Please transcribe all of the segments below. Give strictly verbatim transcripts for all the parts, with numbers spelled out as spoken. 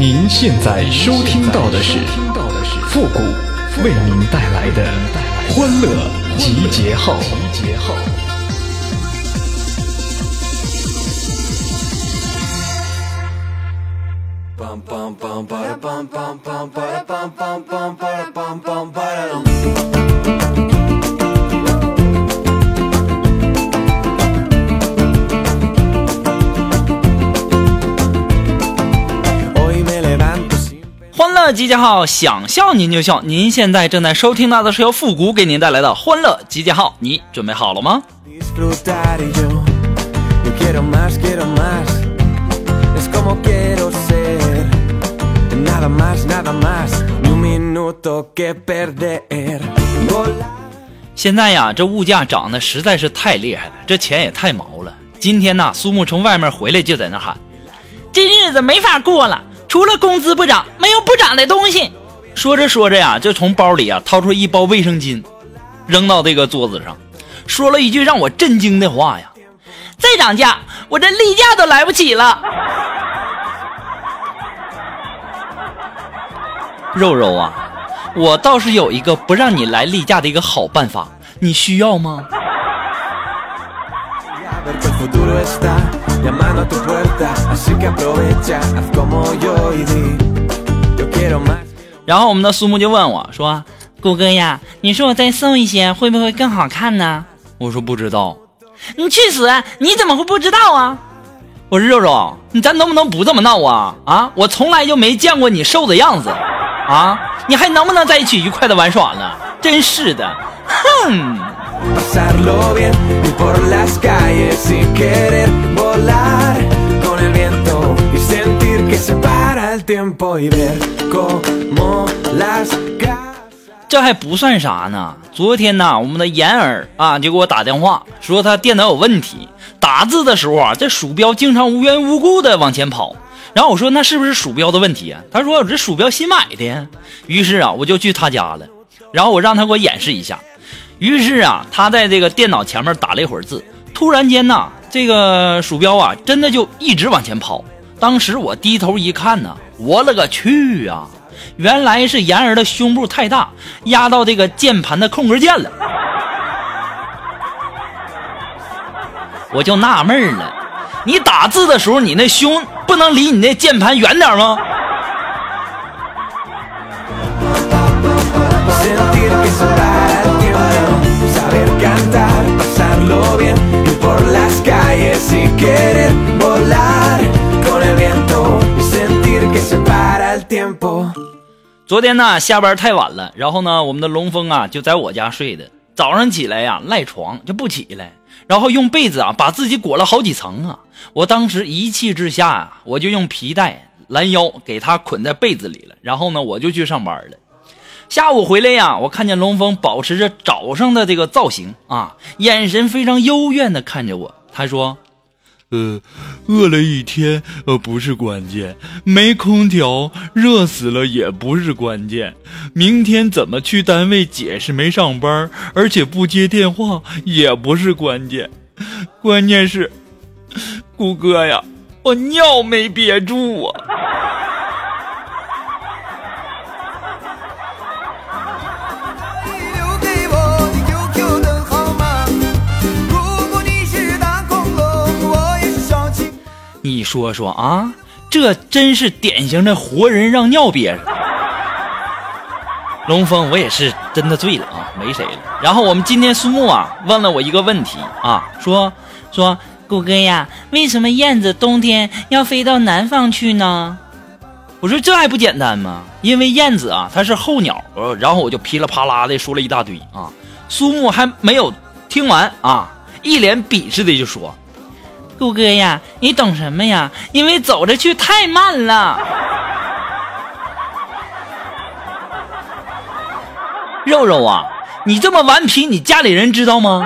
您现在收听到的是复古为您带来的欢乐集结号。 欢乐集结号，想笑您就笑。您现在正在收听到的是由复古给您带来的欢乐集结号，你准备好了吗？现在呀，这物价涨得实在是太厉害了，这钱也太毛了。今天呢，苏木从外面回来就在那喊：这日子没法过了，除了工资不涨，没有不涨的东西。说着说着呀，就从包里啊掏出一包卫生巾，扔到这个桌子上，说了一句让我震惊的话呀：再涨价，我这例假都来不起了。肉肉啊，我倒是有一个不让你来例假的一个好办法，你需要吗？然后我们的苏木就问我说：谷歌呀，你说我再送一些会不会更好看呢？我说不知道。你去死，你怎么会不知道啊？我说肉肉，你咱能不能不这么闹啊？啊，我从来就没见过你瘦的样子啊，你还能不能在一起愉快的玩耍呢？真是的，哼。这还不算啥呢，昨天呢，我们的妍儿啊就给我打电话说他电脑有问题，打字的时候啊，这鼠标经常无缘无故的往前跑。然后我说那是不是鼠标的问题啊？他说我这鼠标新买的呀。于是啊，我就去他家了，然后我让他给我演示一下。于是啊，他在这个电脑前面打了一会儿字，突然间呢，这个鼠标啊真的就一直往前跑。当时我低头一看呢，我勒个去啊！原来是妍儿的胸部太大，压到这个键盘的控制键了。我就纳闷了，你打字的时候，你那胸不能离你那键盘远点吗？昨天呢，下班太晚了，然后呢，我们的龙峰啊就在我家睡的。早上起来呀，赖床就不起来，然后用被子啊把自己裹了好几层啊。我当时一气之下啊，我就用皮带拦腰给他捆在被子里了。然后呢，我就去上班了。下午回来呀，我看见龙峰保持着早上的这个造型啊，眼神非常幽怨的看着我。他说：呃，饿了一天呃不是关键，没空调热死了也不是关键，明天怎么去单位解释没上班而且不接电话也不是关键，关键是谷歌呀，我尿没憋住啊。你说说啊，这真是典型的活人让尿憋着。龙峰，我也是真的醉了啊，没谁了。然后我们今天苏木啊问了我一个问题啊，说说谷歌呀，为什么燕子冬天要飞到南方去呢？我说这还不简单吗？因为燕子啊它是候鸟。然后我就噼里啪啦的说了一大堆啊，苏木还没有听完啊，一脸鄙视的就说：谷歌呀，你懂什么呀？因为走着去太慢了。肉肉啊，你这么顽皮，你家里人知道吗？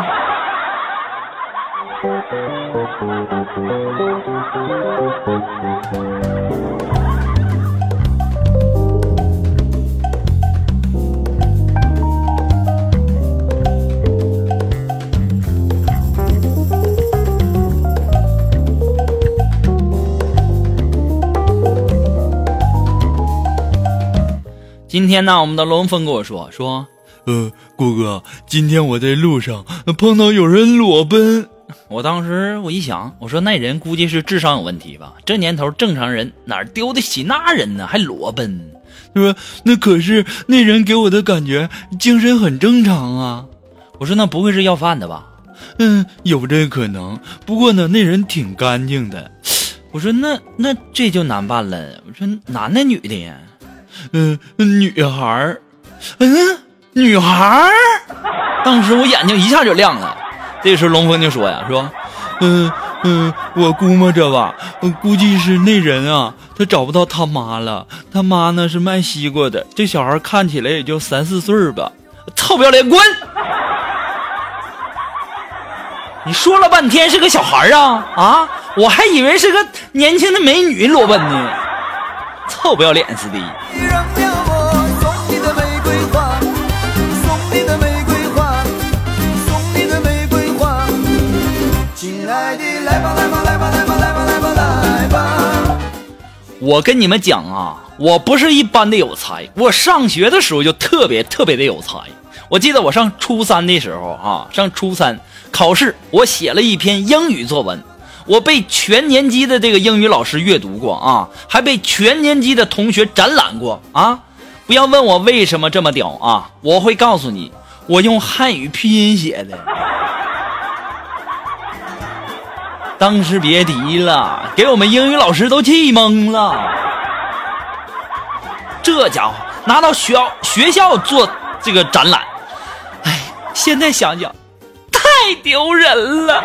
今天呢，我们的龙峰跟我说说， 呃，郭哥，今天我在路上碰到有人裸奔。 我当时我一想，我说那人估计是智商有问题吧？这年头正常人哪丢得起那人呢？还裸奔？ 他说那可是那人给我的感觉精神很正常啊。 我说那不会是要饭的吧？ 嗯，有这可能。不过呢，那人挺干净的。 我说那那这就难办了。我说男的女的呀？ 嗯，女孩儿。 嗯，女孩儿。当时我眼睛一下就亮了。这时候龙峰就说呀，说， 嗯嗯，我估摸着吧，估计是那人啊，他找不到他妈了。他妈呢是卖西瓜的，这小孩看起来也就三四岁吧。 臭不要脸，滚！你说了半天是个小孩啊啊！我还以为是个年轻的美女裸奔呢，臭不要脸似的。我跟你们讲啊，我不是一般的有才，我上学的时候就特别特别的有才。我记得我上初三的时候啊，上初三考试，我写了一篇英语作文，我被全年级的这个英语老师阅读过啊，还被全年级的同学展览过啊。不要问我为什么这么屌啊，我会告诉你，我用汉语拼音写的。当时别提了，给我们英语老师都气懵了。这家伙拿到学校学校做这个展览，哎，现在想想太丢人了。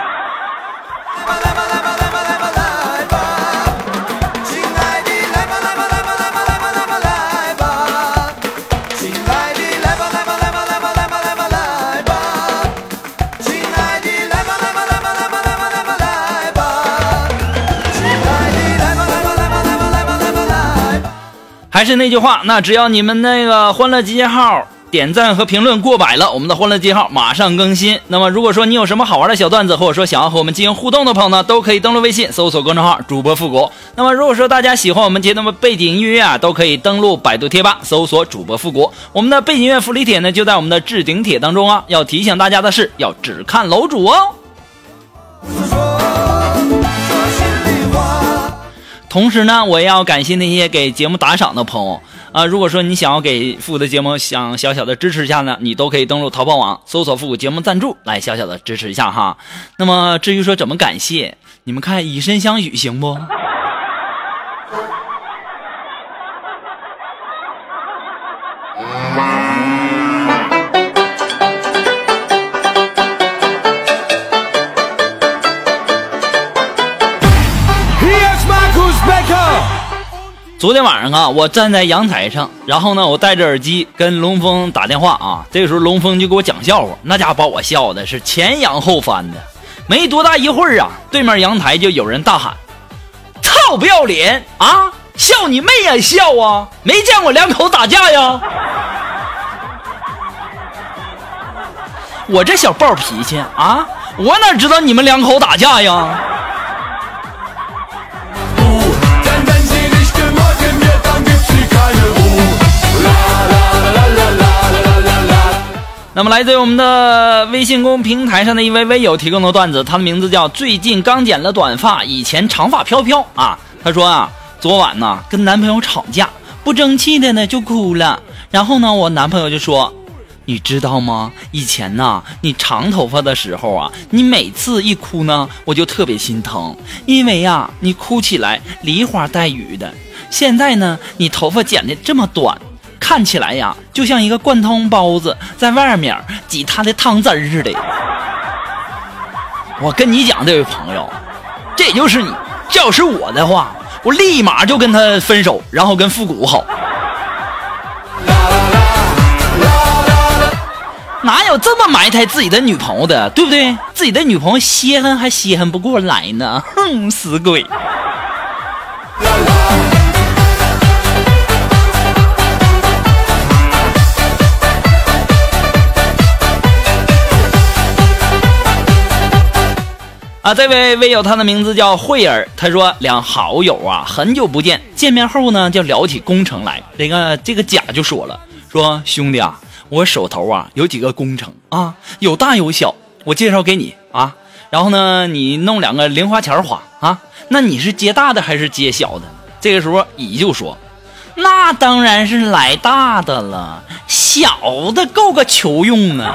还是那句话，那只要你们那个欢乐集结号点赞和评论过百了，我们的欢乐集结号马上更新。那么如果说你有什么好玩的小段子，或者说想要和我们进行互动的朋友呢，都可以登录微信搜索公众号主播复古。那么如果说大家喜欢我们节目的背景音乐啊，都可以登录百度贴吧搜索主播复古。我们的背景音乐福利帖呢就在我们的置顶帖当中啊。要提醒大家的是，要只看楼主哦。同时呢，我也要感谢那些给节目打赏的朋友啊、呃！如果说你想要给复古的节目想小小的支持一下呢，你都可以登录淘宝网搜索复古节目赞助来小小的支持一下哈。那么至于说怎么感谢，你们看以身相许行不？昨天晚上啊，我站在阳台上，然后呢，我戴着耳机跟龙峰打电话啊。这个时候龙峰就给我讲笑话，那家伙把我笑的是前仰后翻的。没多大一会儿啊，对面阳台就有人大喊：“操不要脸啊！笑你妹呀笑啊！没见过两口打架呀！”我这小暴脾气啊，我哪知道你们两口打架呀？那么来自于我们的微信公平台上的一位微友提供的段子，他的名字叫最近刚剪了短发，以前长发飘飘啊。他说啊，昨晚呢跟男朋友吵架，不争气的呢就哭了。然后呢我男朋友就说，你知道吗，以前呢你长头发的时候啊，你每次一哭呢我就特别心疼，因为啊你哭起来梨花带雨的。现在呢你头发剪得这么短，看起来呀就像一个灌汤包子在外面挤他的汤汁似的。我跟你讲，这位朋友，这就是你，这要是我的话，我立马就跟他分手，然后跟复古好。哪有这么埋汰自己的女朋友的，对不对？自己的女朋友歇恨还歇恨不过来呢，哼，死鬼。 啊，这位微友他的名字叫慧儿，他说两好友啊，很久不见，见面后呢就聊起工程来。这个这个甲就说了，说兄弟啊，我手头啊有几个工程啊，有大有小，我介绍给你啊，然后呢你弄两个零花钱花啊，那你是接大的还是接小的？这个时候乙就说，那当然是来大的了，小的够个球用啊。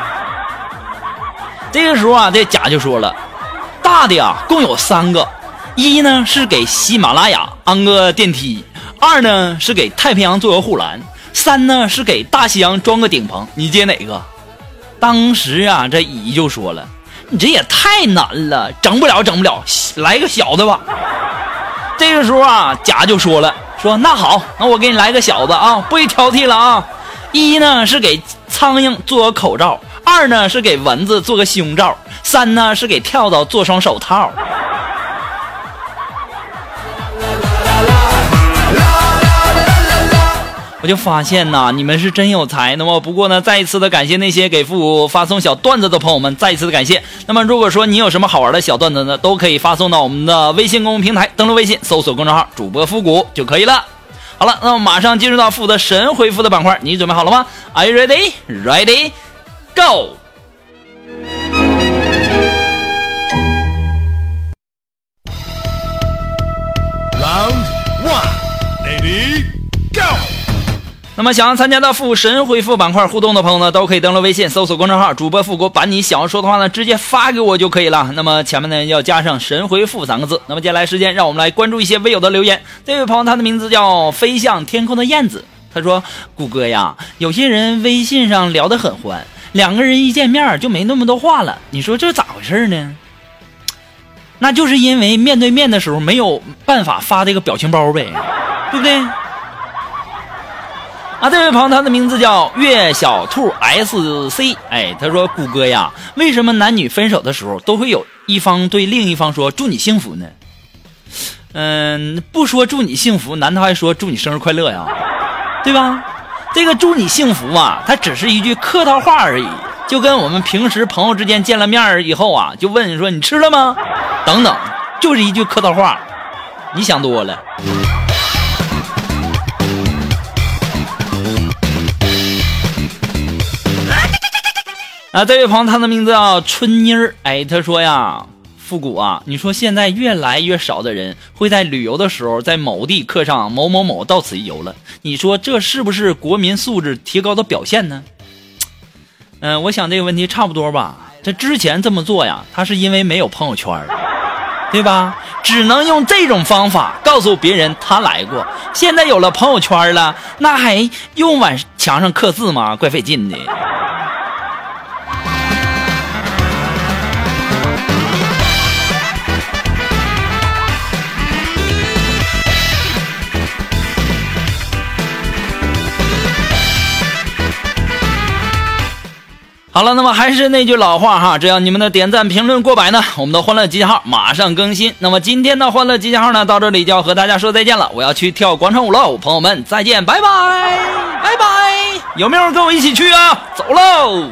这个时候啊，这甲就说了，大的呀共有三个，一呢是给喜马拉雅安个电梯，二呢是给太平洋做个护栏，三呢是给大西洋装个顶棚，你接哪个？当时啊这乙就说了，你这也太难了，整不了整不了，来个小的吧。这个时候啊甲就说了，说那好，那我给你来个小的啊，不许挑剔了啊。一呢是给苍蝇做个口罩，二呢是给蚊子做个胸罩，三呢是给跳蚤做双手套。我就发现呐，你们是真有才。那么不过呢，再一次的感谢那些给复古发送小段子的朋友们，再一次的感谢。那么如果说你有什么好玩的小段子呢，都可以发送到我们的微信公众平台，登录微信搜索公众号主播复古就可以了。好了，那么马上进入到复古的神回复的板块，你准备好了吗？ Are you ready? Ready? Go! Round one, ready, go! 那么想要参加到复神回复板块互动的朋友呢，都可以登录微信搜索公众号主播复国，把你想要说的话呢直接发给我就可以了。那么前面呢要加上神回复三个字。那么接下来时间让我们来关注一些微友的留言。这位朋友他的名字叫飞向天空的燕子，他说，谷歌呀，有些人微信上聊得很欢，两个人一见面就没那么多话了，你说这咋回事呢？那就是因为面对面的时候没有办法发这个表情包呗，对不对？啊，这位朋友他的名字叫月小兔 S C， 哎，他说，谷歌呀，为什么男女分手的时候都会有一方对另一方说祝你幸福呢？嗯，不说祝你幸福，难道还说祝你生日快乐呀？对吧？这个祝你幸福啊，它只是一句客套话而已，就跟我们平时朋友之间见了面以后啊，就问说你吃了吗？等等，就是一句客套话，你想多了。啊，这位朋友他的名字叫春妮儿，哎，他说呀，复古啊，你说现在越来越少的人会在旅游的时候在某地刻上某某某到此一游了，你说这是不是国民素质提高的表现呢？嗯、呃，我想这个问题差不多吧。这之前这么做呀，他是因为没有朋友圈，对吧？只能用这种方法告诉别人他来过。现在有了朋友圈了，那还用往墙上刻字吗？怪费劲的。好了，那么还是那句老话哈，只要你们的点赞评论过百呢，我们的欢乐集结号马上更新。那么今天的欢乐集结号呢，到这里就要和大家说再见了，我要去跳广场舞喽，朋友们再见，拜拜拜拜，有没有人跟我一起去啊？走喽。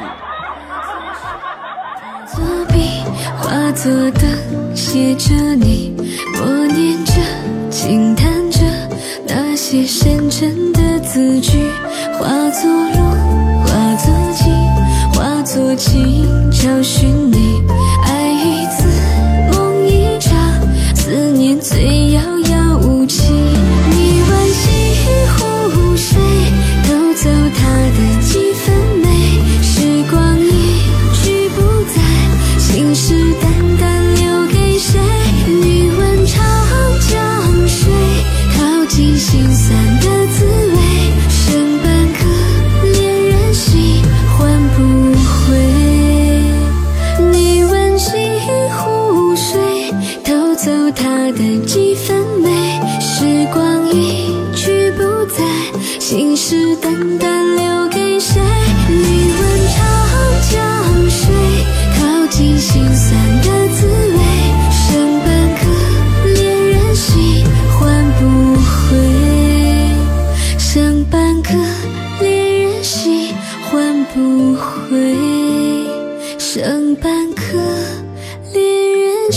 作笔画作的写着你，默念着轻弹着那些深沉的字句，化作路化作景化作情找寻你，爱一次梦一场，思念最遥遥无期。你惋惜湖水偷走它的几分美，时光一去不再，信誓旦旦留给谁？你问长江水淘尽心酸的滋味，剩半颗恋人心换不回。你惋惜湖水偷走它的几分美，时光一去不再，信誓旦旦留给谁？你问长江水淘尽心酸的滋味，剩半颗恋人心换不回，剩半颗恋人心换不回，剩半颗恋人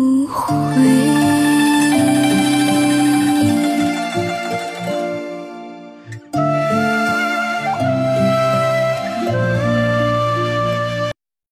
回。